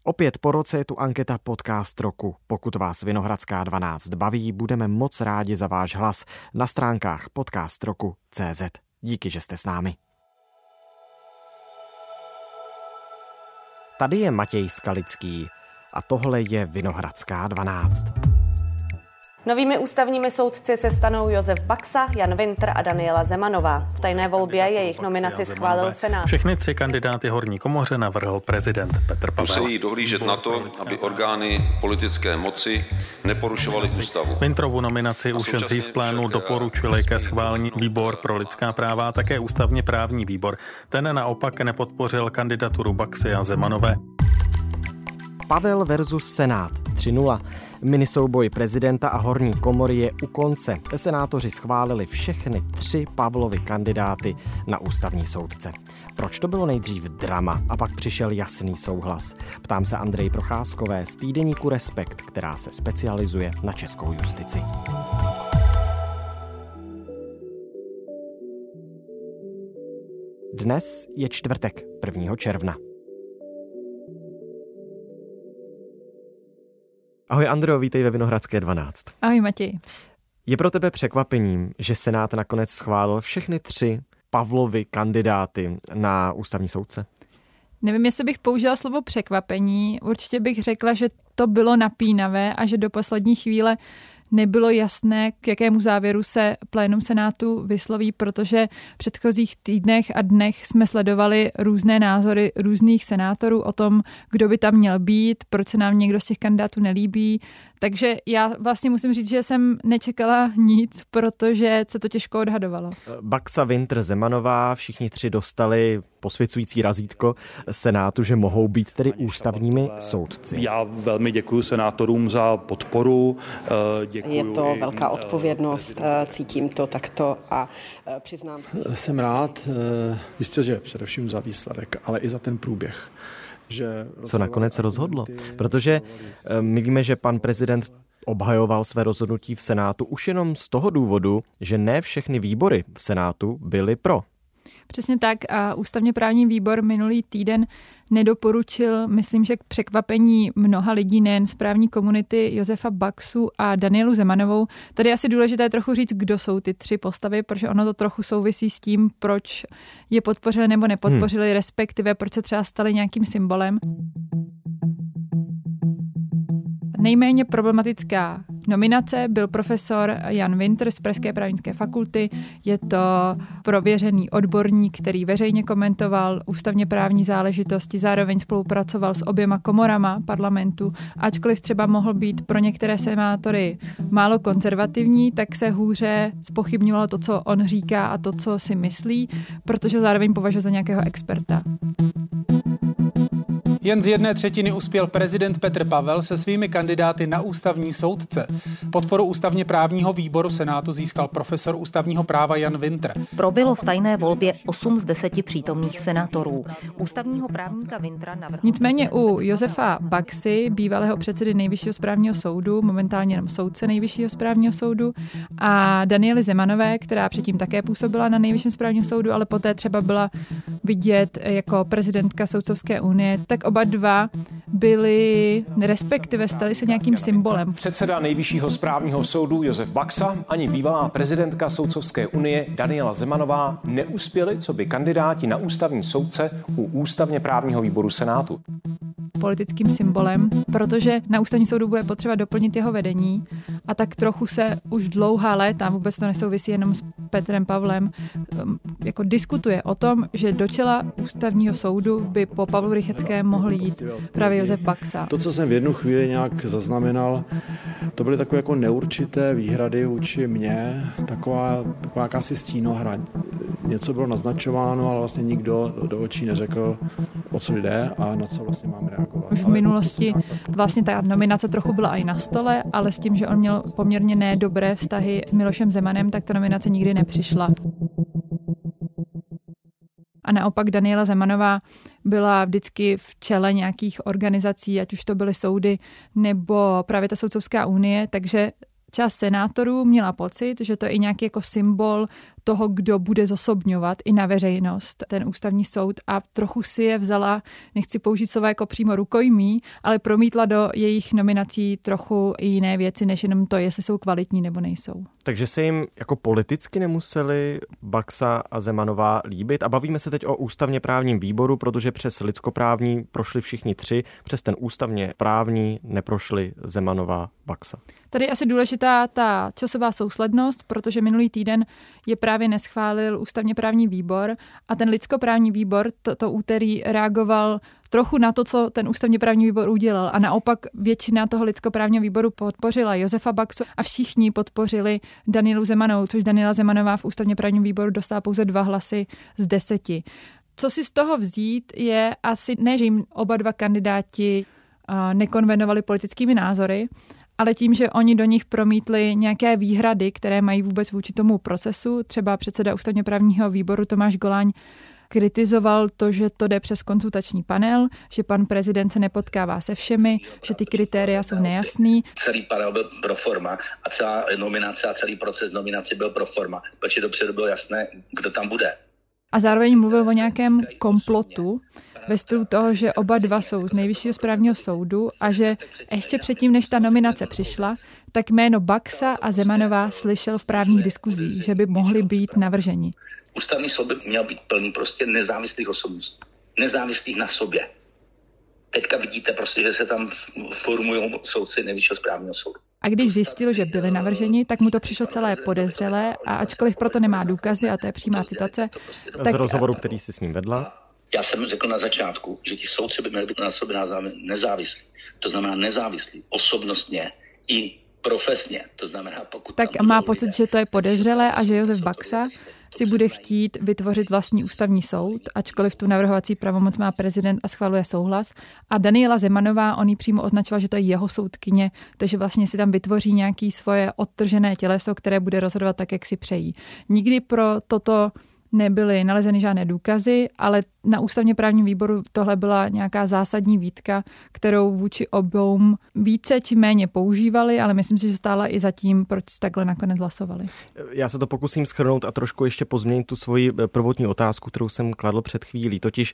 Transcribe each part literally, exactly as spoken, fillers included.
Opět po roce je tu anketa Podcast roku. Pokud vás Vinohradská dvanáct baví, budeme moc rádi za váš hlas na stránkách podcast roku tečka cé zet. Díky, že jste s námi. Tady je Matěj Skalický a tohle je Vinohradská dvanáct. Novými ústavními soudci se stanou Josef Baxa, Jan Wintr a Daniela Zemanová. V tajné volbě jejich nominaci schválil Senát. Všechny tři kandidáty horní komoře navrhl prezident Petr Pavel. Musí dohlížet na to, aby orgány politické moci neporušovaly ústavu. Wintrovu nominaci už dřív v plénu doporučili ke schválení výbor pro lidská práva a také ústavně právní výbor. Ten naopak nepodpořil kandidaturu Baxy a Zemanové. Pavel versus Senát tři nula. Minisouboj prezidenta a horní komory je u konce. Senátoři schválili všechny tři Pavlovy kandidáty na ústavní soudce. Proč to bylo nejdřív drama a pak přišel jasný souhlas? Ptám se Andreji Procházkové z týdeníku Respekt, která se specializuje na českou justici. Dnes je čtvrtek, prvního června. Ahoj Andreo, vítej ve Vinohradské dvanáct. Ahoj Matěj. Je pro tebe překvapením, že Senát nakonec schválil všechny tři Pavlovy kandidáty na ústavní soudce? Nevím, jestli bych použila slovo překvapení. Určitě bych řekla, že to bylo napínavé a že do poslední chvíle nebylo jasné, k jakému závěru se plénum Senátu vysloví, protože v předchozích týdnech a dnech jsme sledovali různé názory různých senátorů o tom, kdo by tam měl být, proč se nám někdo z těch kandidátů nelíbí. Takže já vlastně musím říct, že jsem nečekala nic, protože se to těžko odhadovalo. Baxa, Wintr, Zemanová, všichni tři dostali posvěcující razítko Senátu, že mohou být tedy ústavními soudci. Já velmi děkuji senátorům za podporu. Děkuju. Je to velká odpovědnost, cítím to takto a přiznám se. Jsem rád, jistě, že především za výsledek, ale i za ten průběh. Že Co nakonec rozhodlo? Protože my víme, že pan prezident obhajoval své rozhodnutí v Senátu už jenom z toho důvodu, že ne všechny výbory v Senátu byly pro. Přesně tak a ústavně právní výbor minulý týden nedoporučil, myslím, že k překvapení mnoha lidí, nejen z právní komunity, Josefa Baxu a Danielu Zemanovou. Tady je asi důležité trochu říct, kdo jsou ty tři postavy, protože ono to trochu souvisí s tím, proč je podpořili nebo nepodpořili, hmm. respektive proč se třeba stali nějakým symbolem. Nejméně problematická nominace byl profesor Jan Wintr z Pražské právnické fakulty. Je to prověřený odborník, který veřejně komentoval ústavně právní záležitosti, zároveň spolupracoval s oběma komorama parlamentu. Ačkoliv třeba mohl být pro některé senátory málo konzervativní, tak se hůře zpochybňovalo to, co on říká a to, co si myslí, protože zároveň považuje za nějakého experta. Jen z jedné třetiny uspěl prezident Petr Pavel se svými kandidáty na ústavní soudce. Podporu ústavně právního výboru Senátu získal profesor ústavního práva Jan Wintr. Probělo v tajné volbě osm z deseti přítomných senátorů. Ústavního právníka Wintra navrhl... Nicméně u Josefa Baxy, bývalého předsedy Nejvyššího správního soudu, momentálně jenom soudce Nejvyššího správního soudu, a Daniely Zemanové, která předtím také působila na Nejvyšším správním soudu, ale poté třeba byla vidět jako prezidentka Soudcovské unie, tak oba dva byli, respektive stali se nějakým symbolem. Předseda Nejvyššího správního soudu Josef Baxa ani bývalá prezidentka Soudcovské unie Daniela Zemanová neuspěli coby kandidáti na ústavní soudce u ústavně právního výboru Senátu. Politickým symbolem, protože na ústavní soudu bude potřeba doplnit jeho vedení a tak trochu se už dlouhá léta, vůbec to nesouvisí jenom s Petrem Pavlem, jako diskutuje o tom, že do čela ústavního soudu by po Pavlu Rycheckém mohl jít právě Josef Baxa. To, co jsem v jednu chvíli nějak zaznamenal, to byly takové jako neurčité výhrady vůči mně, taková, taková jakási stínohra. Něco bylo naznačováno, ale vlastně nikdo do, do očí neřekl, o co jde a na co vlastně mám reagovat. Už v minulosti vlastně ta nominace trochu byla i na stole, ale s tím, že on měl poměrně nedobré vztahy s Milošem Zemanem, tak ta nominace nikdy nepřišla. A naopak Daniela Zemanová byla vždycky v čele nějakých organizací, ať už to byly soudy nebo právě ta Soudcovská unie, takže část senátorů měla pocit, že to je i nějaký jako symbol toho, kdo bude zosobňovat i na veřejnost ten ústavní soud a trochu si je vzala, nechci použít slova jako přímo rukojmí, ale promítla do jejich nominací trochu i jiné věci, než jenom to, jestli jsou kvalitní nebo nejsou. Takže se jim jako politicky nemuseli Baxa a Zemanová líbit a bavíme se teď o ústavně právním výboru, protože přes lidskoprávní prošli všichni tři, přes ten ústavně právní neprošli Zemanová, Baxa. Tady je asi důležitá ta časová souslednost, protože minulý týden je právě neschválil ústavně právní výbor a ten lidskoprávní výbor to, to úterý reagoval trochu na to, co ten ústavně právní výbor udělal a naopak většina toho lidskoprávního výboru podpořila Josefa Baxu a všichni podpořili Danielu Zemanovou, což Daniela Zemanová v ústavně právním výboru dostala pouze dva hlasy z deseti. Co si z toho vzít je asi ne, že jim oba dva kandidáti nekonvenovali politickými názory, ale tím, že oni do nich promítli nějaké výhrady, které mají vůbec vůči tomu procesu. Třeba předseda ústavně právního výboru Tomáš Goláň kritizoval to, že to jde přes konzultační panel, že pan prezident se nepotkává se všemi, že ty kritéria jsou nejasný. Celý panel byl pro forma a celá nominace a celý proces nominace byl pro forma, protože dopředu bylo jasné, kdo tam bude. A zároveň mluvil o nějakém komplotu ve stylu toho, že oba dva jsou z Nejvyššího správního soudu a že ještě předtím, než ta nominace přišla, tak jméno Baxa a Zemanová slyšel v právních diskuzích, že by mohli být navrženi. Ústavní soud by měl být plný prostě nezávislých osobností, nezávislých na sobě. Teďka vidíte prostě, že se tam formují soudci Nejvyššího správního soudu. A když zjistil, že byli navrženi, tak mu to přišlo celé podezřelé a ačkoliv proto nemá důkazy, a to je přímá citace. Z rozhovoru, který si s ním vedla? Já jsem řekl na začátku, že ti soudci by měli být na sobě nezávislí. To znamená nezávislí osobnostně i profesně. To znamená, pokud tak má pocit, že to je podezřelé a že Josef Baxa si bude chtít vytvořit vlastní ústavní soud, ačkoliv tu navrhovací pravomoc má prezident a schvaluje souhlas. A Daniela Zemanová, on jí přímo označoval, že to je jeho soudkyně, takže vlastně si tam vytvoří nějaké svoje odtržené těleso, které bude rozhodovat tak, jak si přejí. Nikdy pro toto nebyly nalezeny žádné důkazy, ale na ústavně právním výboru tohle byla nějaká zásadní výtka, kterou vůči obou více či méně používali, ale myslím si, že stála i za tím, proč takhle nakonec hlasovali. Já se to pokusím shrnout a trošku ještě pozměnit tu svoji prvotní otázku, kterou jsem kladl před chvílí, totiž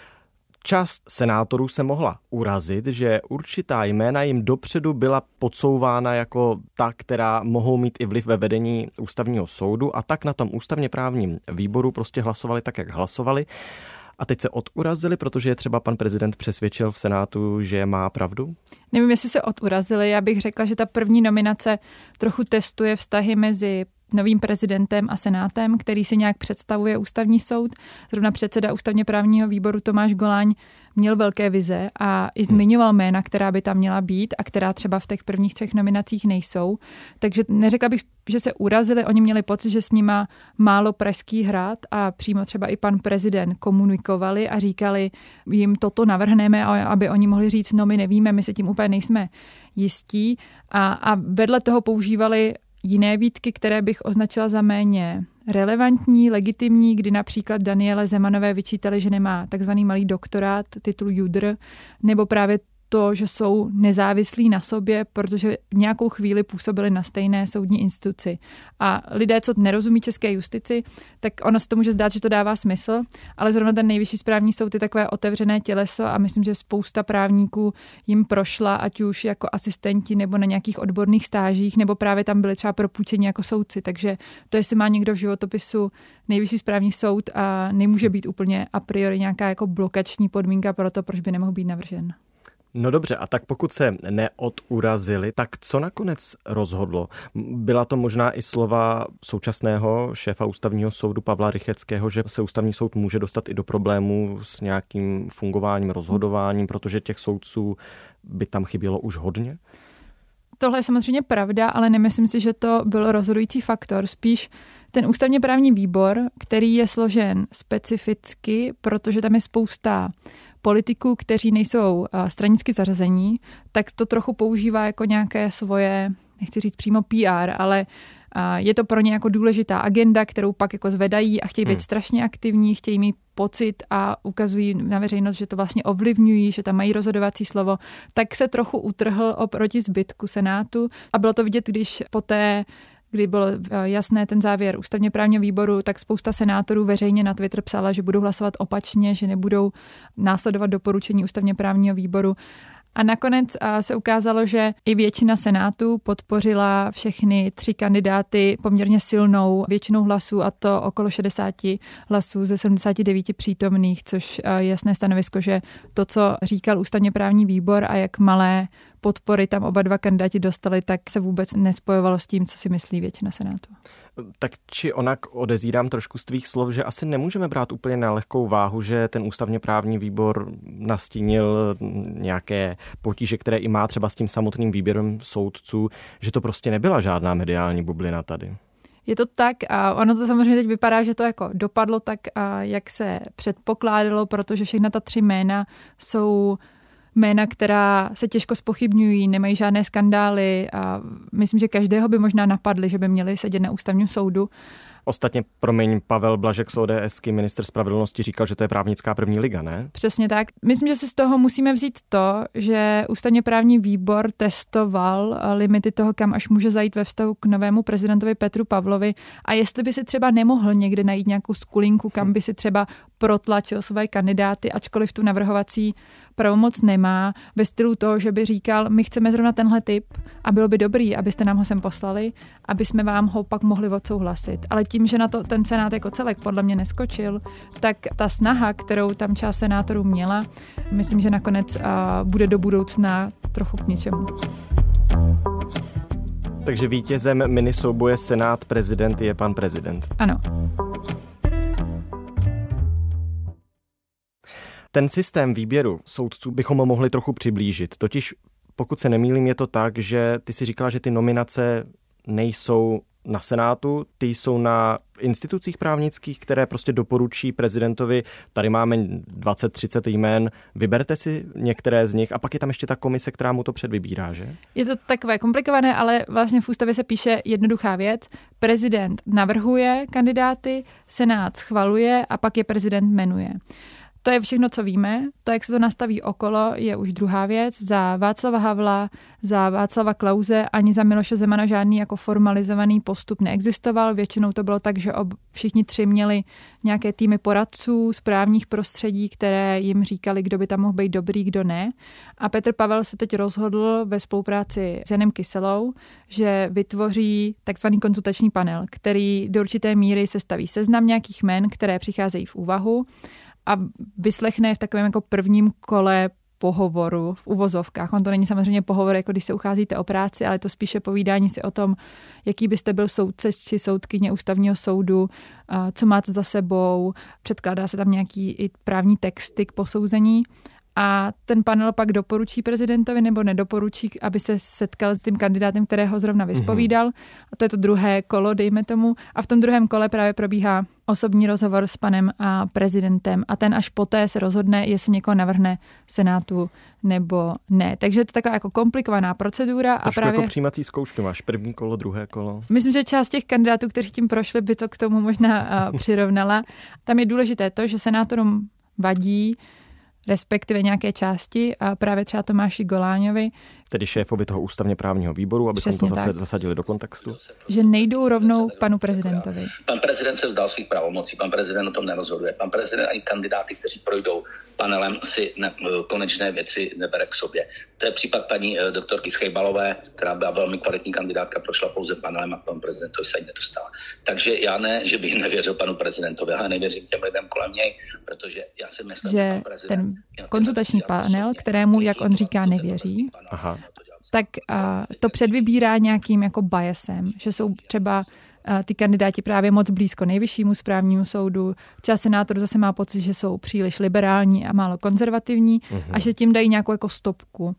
část senátorů se mohla urazit, že určitá jména jim dopředu byla podsouvána jako ta, která mohou mít i vliv ve vedení ústavního soudu a tak na tom ústavně právním výboru prostě hlasovali tak, jak hlasovali. A teď se odurazili, protože je třeba pan prezident přesvědčil v Senátu, že má pravdu? Nevím, jestli se odurazili. Já bych řekla, že ta první nominace trochu testuje vztahy mezi novým prezidentem a senátem, který si nějak představuje ústavní soud. Zrovna předseda ústavně právního výboru Tomáš Goláň měl velké vize a i zmiňoval jména, která by tam měla být a která třeba v těch prvních třech nominacích nejsou. Takže neřekla bych, že se urazili, oni měli pocit, že s nima málo Pražský hrad a přímo třeba i pan prezident komunikovali a říkali jim toto navrhneme, aby oni mohli říct, no my nevíme, my se tím úplně nejsme jistí a, a vedle toho používali jiné výtky, které bych označila za méně relevantní, legitimní, kdy například Daniele Zemanové vyčítali, že nemá takzvaný malý doktorát, titul judr, nebo právě to, že jsou nezávislí na sobě, protože v nějakou chvíli působili na stejné soudní instituci. A lidé, co nerozumí české justici, tak ono se to může zdát, že to dává smysl, ale zrovna ten Nejvyšší správní soud je takové otevřené těleso a myslím, že spousta právníků jim prošla, ať už jako asistenti nebo na nějakých odborných stážích, nebo právě tam byli třeba propůjčeni jako soudci. Takže to, jestli má někdo v životopisu Nejvyšší správní soud, a nemůže být úplně a priori nějaká jako blokační podmínka pro to, proč by nemohl být navržen. No dobře, a tak pokud se neodurazili, tak co nakonec rozhodlo? Byla to možná i slova současného šéfa ústavního soudu Pavla Rycheckého, že se ústavní soud může dostat i do problémů s nějakým fungováním, rozhodováním, protože těch soudců by tam chybělo už hodně? Tohle je samozřejmě pravda, ale nemyslím si, že to byl rozhodující faktor. Spíš ten ústavně právní výbor, který je složen specificky, protože tam je spousta politiků, kteří nejsou stranicky zařazení, tak to trochu používá jako nějaké svoje, nechci říct přímo P R, ale je to pro ně jako důležitá agenda, kterou pak jako zvedají a chtějí být hmm. strašně aktivní, chtějí mít pocit a ukazují na veřejnost, že to vlastně ovlivňují, že tam mají rozhodovací slovo, tak se trochu utrhl oproti zbytku Senátu a bylo to vidět, když poté, kdy byl jasné ten závěr ústavně právního výboru, tak spousta senátorů veřejně na Twitter psala, že budou hlasovat opačně, že nebudou následovat doporučení ústavně právního výboru. A nakonec se ukázalo, že i většina senátu podpořila všechny tři kandidáty poměrně silnou většinou hlasů, a to okolo šedesát hlasů ze sedmdesát devět přítomných, což je jasné stanovisko, že to, co říkal ústavně právní výbor a jak malé podpory tam oba dva kandidáti dostali, tak se vůbec nespojovalo s tím, co si myslí většina senátu. Tak či onak odezírám trošku z tvých slov, že asi nemůžeme brát úplně na lehkou váhu, že ten ústavně právní výbor nastínil nějaké potíže, které i má třeba s tím samotným výběrem soudců, že to prostě nebyla žádná mediální bublina tady. Je to tak a ono to samozřejmě teď vypadá, že to jako dopadlo tak, jak se předpokládalo, protože všechna ta tři jména jsou jména, která se těžko zpochybňují, nemají žádné skandály a myslím, že každého by možná napadli, že by měli sedět na ústavním soudu. Ostatně, promiň, Pavel Blažek z ODSky, ministr spravedlnosti, říkal, že to je právnická první liga, ne? Přesně tak. Myslím, že si z toho musíme vzít to, že ústavně právní výbor testoval limity toho, kam až může zajít ve vztahu k novému prezidentovi Petru Pavlovi a jestli by si třeba nemohl někde najít nějakou skulinku, kam by si třeba protlačil své kandidáty, ačkoliv tu navrhovací pravomoc nemá, ve stylu toho, že by říkal, my chceme zrovna tenhle typ a bylo by dobrý, abyste nám ho sem poslali, aby jsme vám ho pak mohli odsouhlasit. Ale tím, že na to ten senát jako celek podle mě neskočil, tak ta snaha, kterou tam část senátorů měla, myslím, že nakonec bude do budoucna trochu k ničemu. Takže vítězem minisouboje Senát prezident je pan prezident. Ano. Ten systém výběru soudců bychom mohli trochu přiblížit. Totiž, pokud se nemýlím, je to tak, že ty si říkala, že ty nominace nejsou na Senátu, ty jsou na institucích právnických, které prostě doporučí prezidentovi, tady máme dvacet třicet jmén, vyberte si některé z nich a pak je tam ještě ta komise, která mu to předvybírá, že? Je to takové komplikované, ale vlastně v ústavě se píše jednoduchá věc. Prezident navrhuje kandidáty, Senát schvaluje a pak je prezident jmenuje. To je všechno, co víme. To, jak se to nastaví okolo, je už druhá věc. Za Václava Havla, za Václava Klause ani za Miloše Zemana žádný jako formalizovaný postup neexistoval. Většinou to bylo tak, že ob, všichni tři měli nějaké týmy poradců z právních prostředí, které jim říkali, kdo by tam mohl být dobrý, kdo ne. A Petr Pavel se teď rozhodl ve spolupráci s Janem Kyselou, že vytvoří takzvaný konzultační panel, který do určité míry sestaví seznam nějakých jmen, které přicházejí v úvahu, a vyslechne v takovém jako prvním kole pohovoru v uvozovkách. On to není samozřejmě pohovor, jako když se ucházíte o práci, ale je to spíše povídání si o tom, jaký byste byl soudce či soudkyně ústavního soudu, co máte za sebou, předkládá se tam nějaký i právní texty k posouzení. A ten panel pak doporučí prezidentovi nebo nedoporučí, aby se setkal s tím kandidátem, kterého zrovna vyspovídal. A to je to druhé kolo, dejme tomu. A v tom druhém kole právě probíhá osobní rozhovor s panem a prezidentem. A ten až poté se rozhodne, jestli někoho navrhne Senátu nebo ne. Takže je to taková jako komplikovaná procedura. Trošku a právě jako přijímací zkoušky máš. První kolo, druhé kolo. Myslím, že část těch kandidátů, kteří tím prošli, by to k tomu možná přirovnala. Tam je důležité to, že senátorům vadí, respektive nějaké části, a právě třeba Tomáši Goláňovi. Tedy šéfovi toho ústavně právního výboru, abychom Přesně to zase tak. zasadili do kontextu. Že nejdou rovnou k panu prezidentovi. Pan prezident se vzdal svých pravomocí, pan prezident o tom nerozhoduje. Pan prezident ani kandidáty, kteří projdou panelem, si ne, konečné věci nebere k sobě. To je případ paní doktorky Schejbalové, která byla velmi kvalitní kandidátka, prošla pouze panelem a pan prezident to se jí nedostala. Takže já ne, že bych nevěřil panu prezidentovi, ale nevěřím těm lidem kolem něj, protože já si myslím, že že pan prezident ten konzultační panel, kterému, jak on říká, nevěří, Aha. tak a, to předvybírá nějakým jako biasem, že jsou třeba a, ty kandidáti právě moc blízko nejvyššímu správnímu soudu. Třeba senátor zase má pocit, že jsou příliš liberální a málo konzervativní uh-huh. a že tím dají nějakou jako stopku.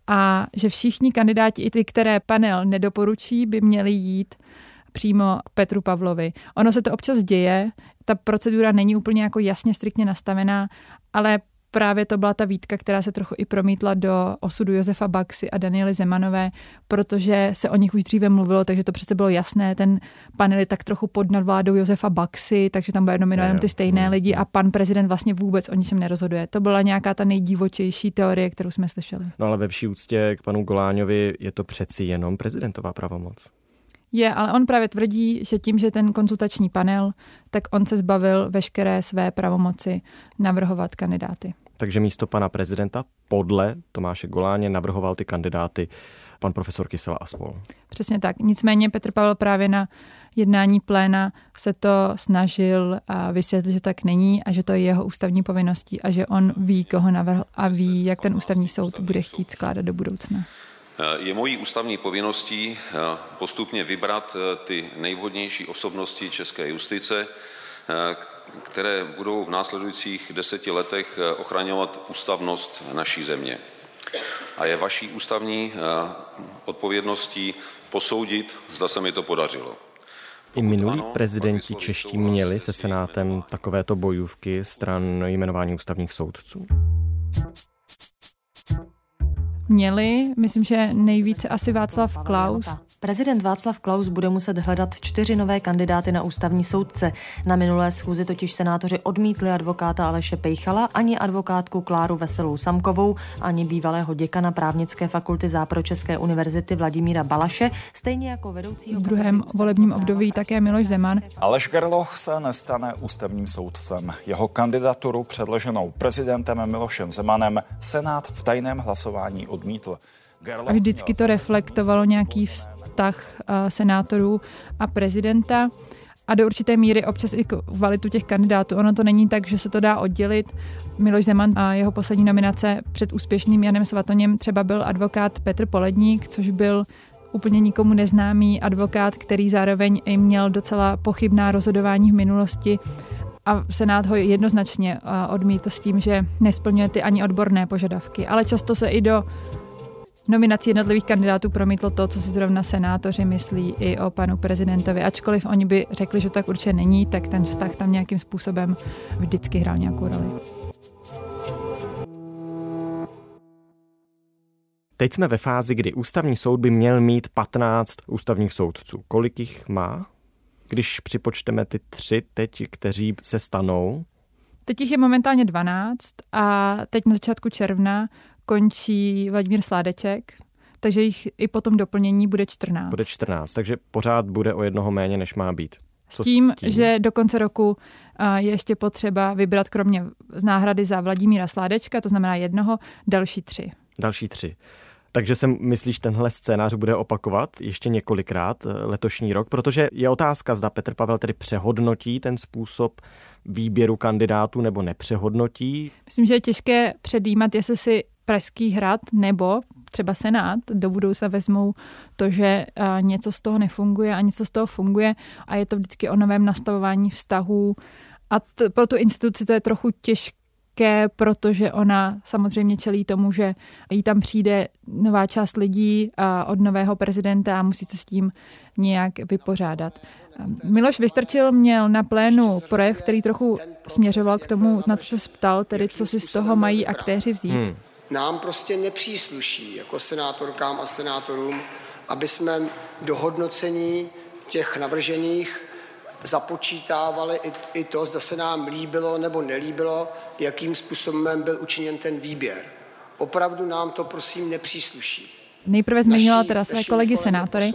A že všichni kandidáti, i ty, které panel nedoporučí, by měli jít přímo k Petru Pavlovi. Ono se to občas děje, ta procedura není úplně jako jasně striktně nastavená, ale právě to byla ta výtka, která se trochu i promítla do osudu Josefa Baxy a Daniely Zemanové, protože se o nich už dříve mluvilo, takže to přece bylo jasné. Ten panel je tak trochu pod nadvládou Josefa Baxy, takže tam bude nominovat ty stejné lidi a pan prezident vlastně vůbec o ničem nerozhoduje. To byla nějaká ta nejdivočejší teorie, kterou jsme slyšeli. No ale ve vší úctě k panu Goláňovi je to přeci jenom prezidentová pravomoc. Je, ale on právě tvrdí, že tím, že ten konzultační panel, tak on se zbavil veškeré své pravomoci navrhovat kandidáty. Takže místo pana prezidenta podle Tomáše Goláně navrhoval ty kandidáty pan profesor Kysela a spol. Přesně tak. Nicméně Petr Pavel právě na jednání pléna se to snažil vysvětlit, že tak není a že to je jeho ústavní povinností a že on ví, koho navrhl a ví, jak ten ústavní soud bude chtít skládat do budoucna. Je mojí ústavní povinností postupně vybrat ty nejvhodnější osobnosti české justice, které budou v následujících deseti letech ochraňovat ústavnost naší země. A je vaší ústavní odpovědností posoudit, zda se mi to podařilo. I minulí prezidenti čeští měli se Senátem takovéto bojůvky stran jmenování ústavních soudců? Měli, myslím, že nejvíce asi Václav Klaus. Prezident Václav Klaus bude muset hledat čtyři nové kandidáty na ústavní soudce. Na minulé schůzi totiž senátoři odmítli advokáta Aleše Pejchala, ani advokátku Kláru Veselou Samkovou, ani bývalého děkana právnické fakulty Západočeské univerzity Vladimíra Balaše, stejně jako vedoucího... V druhém volebním období také Miloš Zeman. Aleš Gerloch se nestane ústavním soudcem. Jeho kandidaturu předloženou prezidentem Milošem Zemanem Senát v tajném hlasování odmítl. A vždycky to reflektovalo nějaký vztah senátorů a prezidenta a do určité míry občas i kvalitu těch kandidátů. Ono to není tak, že se to dá oddělit. Miloš Zeman a jeho poslední nominace před úspěšným Janem Svatoněm třeba byl advokát Petr Poledník, což byl úplně nikomu neznámý advokát, který zároveň i měl docela pochybná rozhodování v minulosti. A Senát ho jednoznačně odmítl s tím, že nesplňuje ty ani odborné požadavky. Ale často se i do nominací jednotlivých kandidátů promítlo to, co si zrovna senátoři myslí i o panu prezidentovi. Ačkoliv oni by řekli, že tak určitě není, tak ten vztah tam nějakým způsobem vždycky hrál nějakou roli. Teď jsme ve fázi, kdy ústavní soud by měl mít patnáct ústavních soudců. Kolik jich má? Když připočteme ty tři teď, kteří se stanou? Teď jich je momentálně dvanáct a teď na začátku června končí Vladimír Sládeček, takže jich i po tom doplnění bude čtrnáct. Bude čtrnáct, takže pořád bude o jednoho méně, než má být. S tím, s tím, že do konce roku je ještě potřeba vybrat kromě z náhrady za Vladimíra Sládečka, to znamená jednoho, další tři. Další tři. Takže se myslíš, tenhle scénář bude opakovat ještě několikrát letošní rok, protože je otázka, zda Petr Pavel tedy přehodnotí ten způsob výběru kandidátů nebo nepřehodnotí. Myslím, že je těžké předjímat, jestli si Pražský hrad nebo třeba Senát do budoucna vezmou to, že něco z toho nefunguje a něco z toho funguje a je to vždycky o novém nastavování vztahů a t- pro tu instituci to je trochu těžké, protože ona samozřejmě čelí tomu, že jí tam přijde nová část lidí od nového prezidenta a musí se s tím nějak vypořádat. Miloš Vystrčil měl na plénu projev, který trochu směřoval k tomu, na co se ptal, tedy co si z toho mají aktéři vzít. Hmm. Nám prostě nepřísluší jako senátorkám a senátorům, aby jsme do hodnocení těch navržených započítávali i, i to, zda se nám líbilo nebo nelíbilo, jakým způsobem byl učiněn ten výběr. Opravdu nám to prosím nepřísluší. Nejprve zmiňovala teda své kolegy senátory,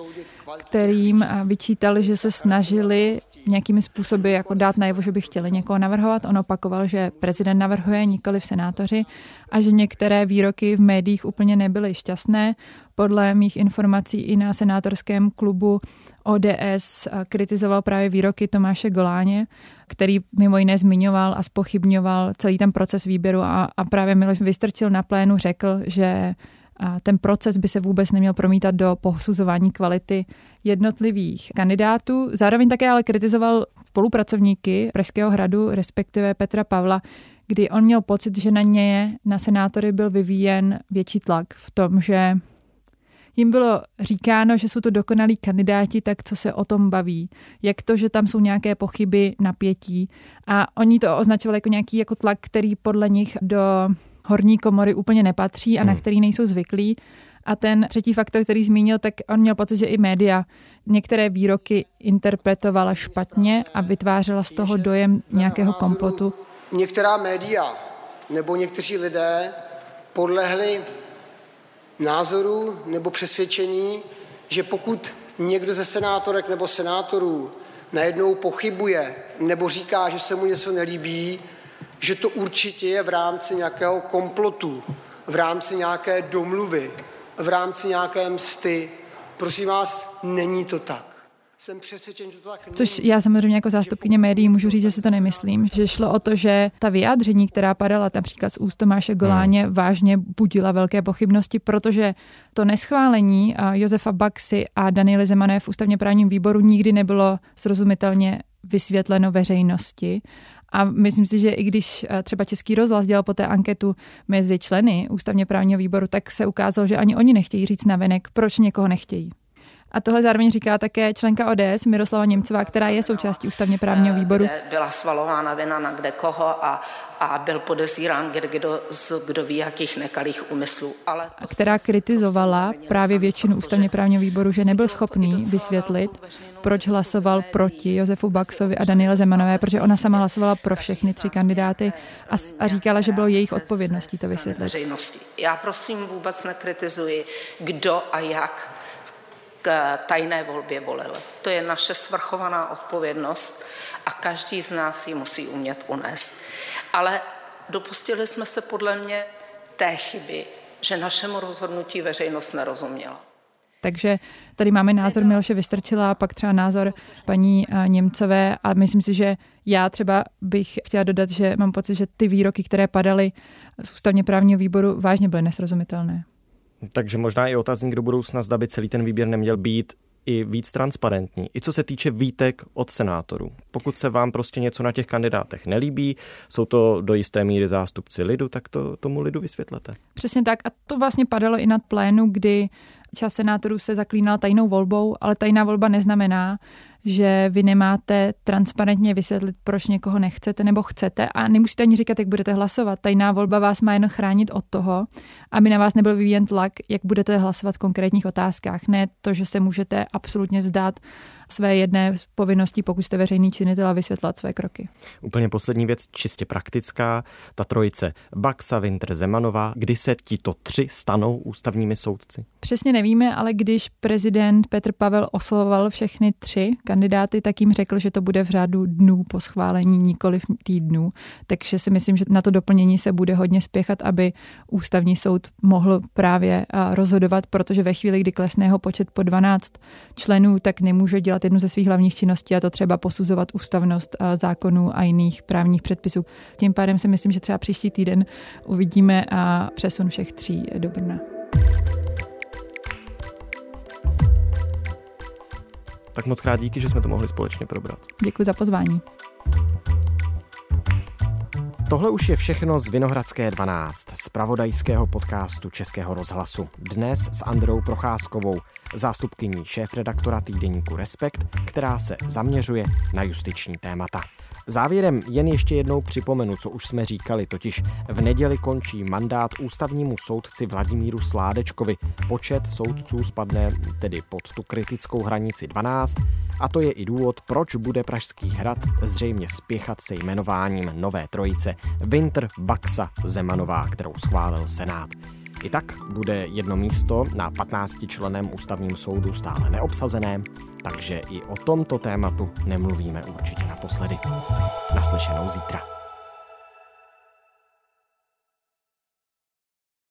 kterým vyčítali, že se snažili nějakými způsoby jako dát najevo, že by chtěli někoho navrhovat. On opakoval, že prezident navrhuje, nikoliv senátoři a že některé výroky v médiích úplně nebyly šťastné. Podle mých informací i na senátorském klubu O D S kritizoval právě výroky Tomáše Goláně, který mimo jiné zmiňoval a zpochybňoval celý ten proces výběru a, a právě Miloš Vystrčil na plénu řekl, že a ten proces by se vůbec neměl promítat do posuzování kvality jednotlivých kandidátů. Zároveň také ale kritizoval spolupracovníky Pražského hradu, respektive Petra Pavla, kdy on měl pocit, že na ně, na senátory byl vyvíjen větší tlak v tom, že jim bylo říkáno, že jsou to dokonalí kandidáti, tak co se o tom baví. Jak to, že tam jsou nějaké pochyby, napětí. A oni to označovali jako nějaký jako tlak, který podle nich do horní komory úplně nepatří a na který nejsou zvyklí. A ten třetí faktor, který zmínil, tak on měl pocit, že i média některé výroky interpretovala špatně a vytvářela z toho dojem nějakého komplotu. Některá média nebo někteří lidé podlehli názoru nebo přesvědčení, že pokud někdo ze senátorek nebo senátorů najednou pochybuje nebo říká, že se mu něco nelíbí, že to určitě je v rámci nějakého komplotu, v rámci nějaké domluvy, v rámci nějaké msty. Prosím vás, není to tak. Jsem přesvědčen, že to tak není. Což já samozřejmě jako zástupkyně médií můžu říct, že si to nemyslím. Že šlo o to, že ta vyjádření, která padala například z úst Tomáše Goláně, hmm. vážně budila velké pochybnosti, protože to neschválení Josefa Baxy a Daniely Zemanové v ústavně právním výboru nikdy nebylo srozumitelně vysvětleno veřejnosti. A myslím si, že i když třeba Český rozhlas dělal po té anketu mezi členy ústavně právního výboru, tak se ukázalo, že ani oni nechtějí říct navenek, proč někoho nechtějí. A tohle zároveň říká také členka O D S Miroslava Němcová, která je součástí ústavně právního výboru. Byla svalována vina na kde koho a, a byl podezírán kde kdo z kdo ví jakých nekalých úmyslů. Ale a která kritizovala právě většinu ústavně právního výboru, že nebyl schopný vysvětlit, proč hlasoval proti Josefu Baxovi a Daniele Zemanové, protože ona sama hlasovala pro všechny tři kandidáty a, a říkala, že bylo jejich odpovědností to vysvětlit. Já prosím vůbec nekritizuji, kdo a jak k tajné volbě volil. To je naše svrchovaná odpovědnost a každý z nás ji musí umět unést. Ale dopustili jsme se podle mě té chyby, že našemu rozhodnutí veřejnost nerozuměla. Takže tady máme názor Miloše Vystrčila, pak třeba názor paní Němcové a myslím si, že já třeba bych chtěla dodat, že mám pocit, že ty výroky, které padaly z ústavně právního výboru, vážně byly nesrozumitelné. Takže možná i otazník do budoucna, zda by celý ten výběr neměl být i víc transparentní. I co se týče výtek od senátorů. Pokud se vám prostě něco na těch kandidátech nelíbí, jsou to do jisté míry zástupci lidu, tak to tomu lidu vysvětlete. Přesně tak a to vlastně padalo i nad plénu, kdy část senátorů se zaklínal tajnou volbou, ale tajná volba neznamená, že vy nemáte transparentně vysvětlit, proč někoho nechcete nebo chcete a nemusíte ani říkat, jak budete hlasovat. Tajná volba vás má jen chránit od toho, aby na vás nebyl vyvíjen tlak, jak budete hlasovat v konkrétních otázkách. Ne to, že se můžete absolutně vzdát své jedné povinnosti, pokud jste veřejný činitel a vysvětlat své kroky. Úplně poslední věc, čistě praktická, ta trojice Baxa, Winter, Zemanová, kdy se tito tři stanou ústavními soudci? Přesně nevíme, ale když prezident Petr Pavel oslovoval všechny tři kandidáty, tak jim řekl, že to bude v řádu dnů po schválení, nikoliv týdnů. Takže si myslím, že na to doplnění se bude hodně spěchat, aby ústavní soud mohl právě rozhodovat, protože ve chvíli, kdy klesne jeho počet po dvanáct členů, tak nemůže dělat jednu ze svých hlavních činností a to třeba posuzovat ústavnost zákonů a jiných právních předpisů. Tím pádem si myslím, že třeba příští týden uvidíme přesun všech tří do Brna. Tak moc krát díky, že jsme to mohli společně probrat. Děkuji za pozvání. Tohle už je všechno z Vinohradské dvanáct, z zpravodajského podcastu Českého rozhlasu. Dnes s Andreou Procházkovou, zástupkyní šéfredaktora týdeníku Respekt, která se zaměřuje na justiční témata. Závěrem jen ještě jednou připomenu, co už jsme říkali, totiž v neděli končí mandát ústavnímu soudci Vladimíru Sládečkovi. Počet soudců spadne tedy pod tu kritickou hranici dvanáct a to je i důvod, proč bude Pražský hrad zřejmě spěchat se jmenováním nové trojice Winter, Baxa, Zemanová, kterou schválil Senát. I tak bude jedno místo na patnáctičlenném ústavním soudu stále neobsazené, takže i o tomto tématu nemluvíme určitě naposledy. Naslyšenou zítra.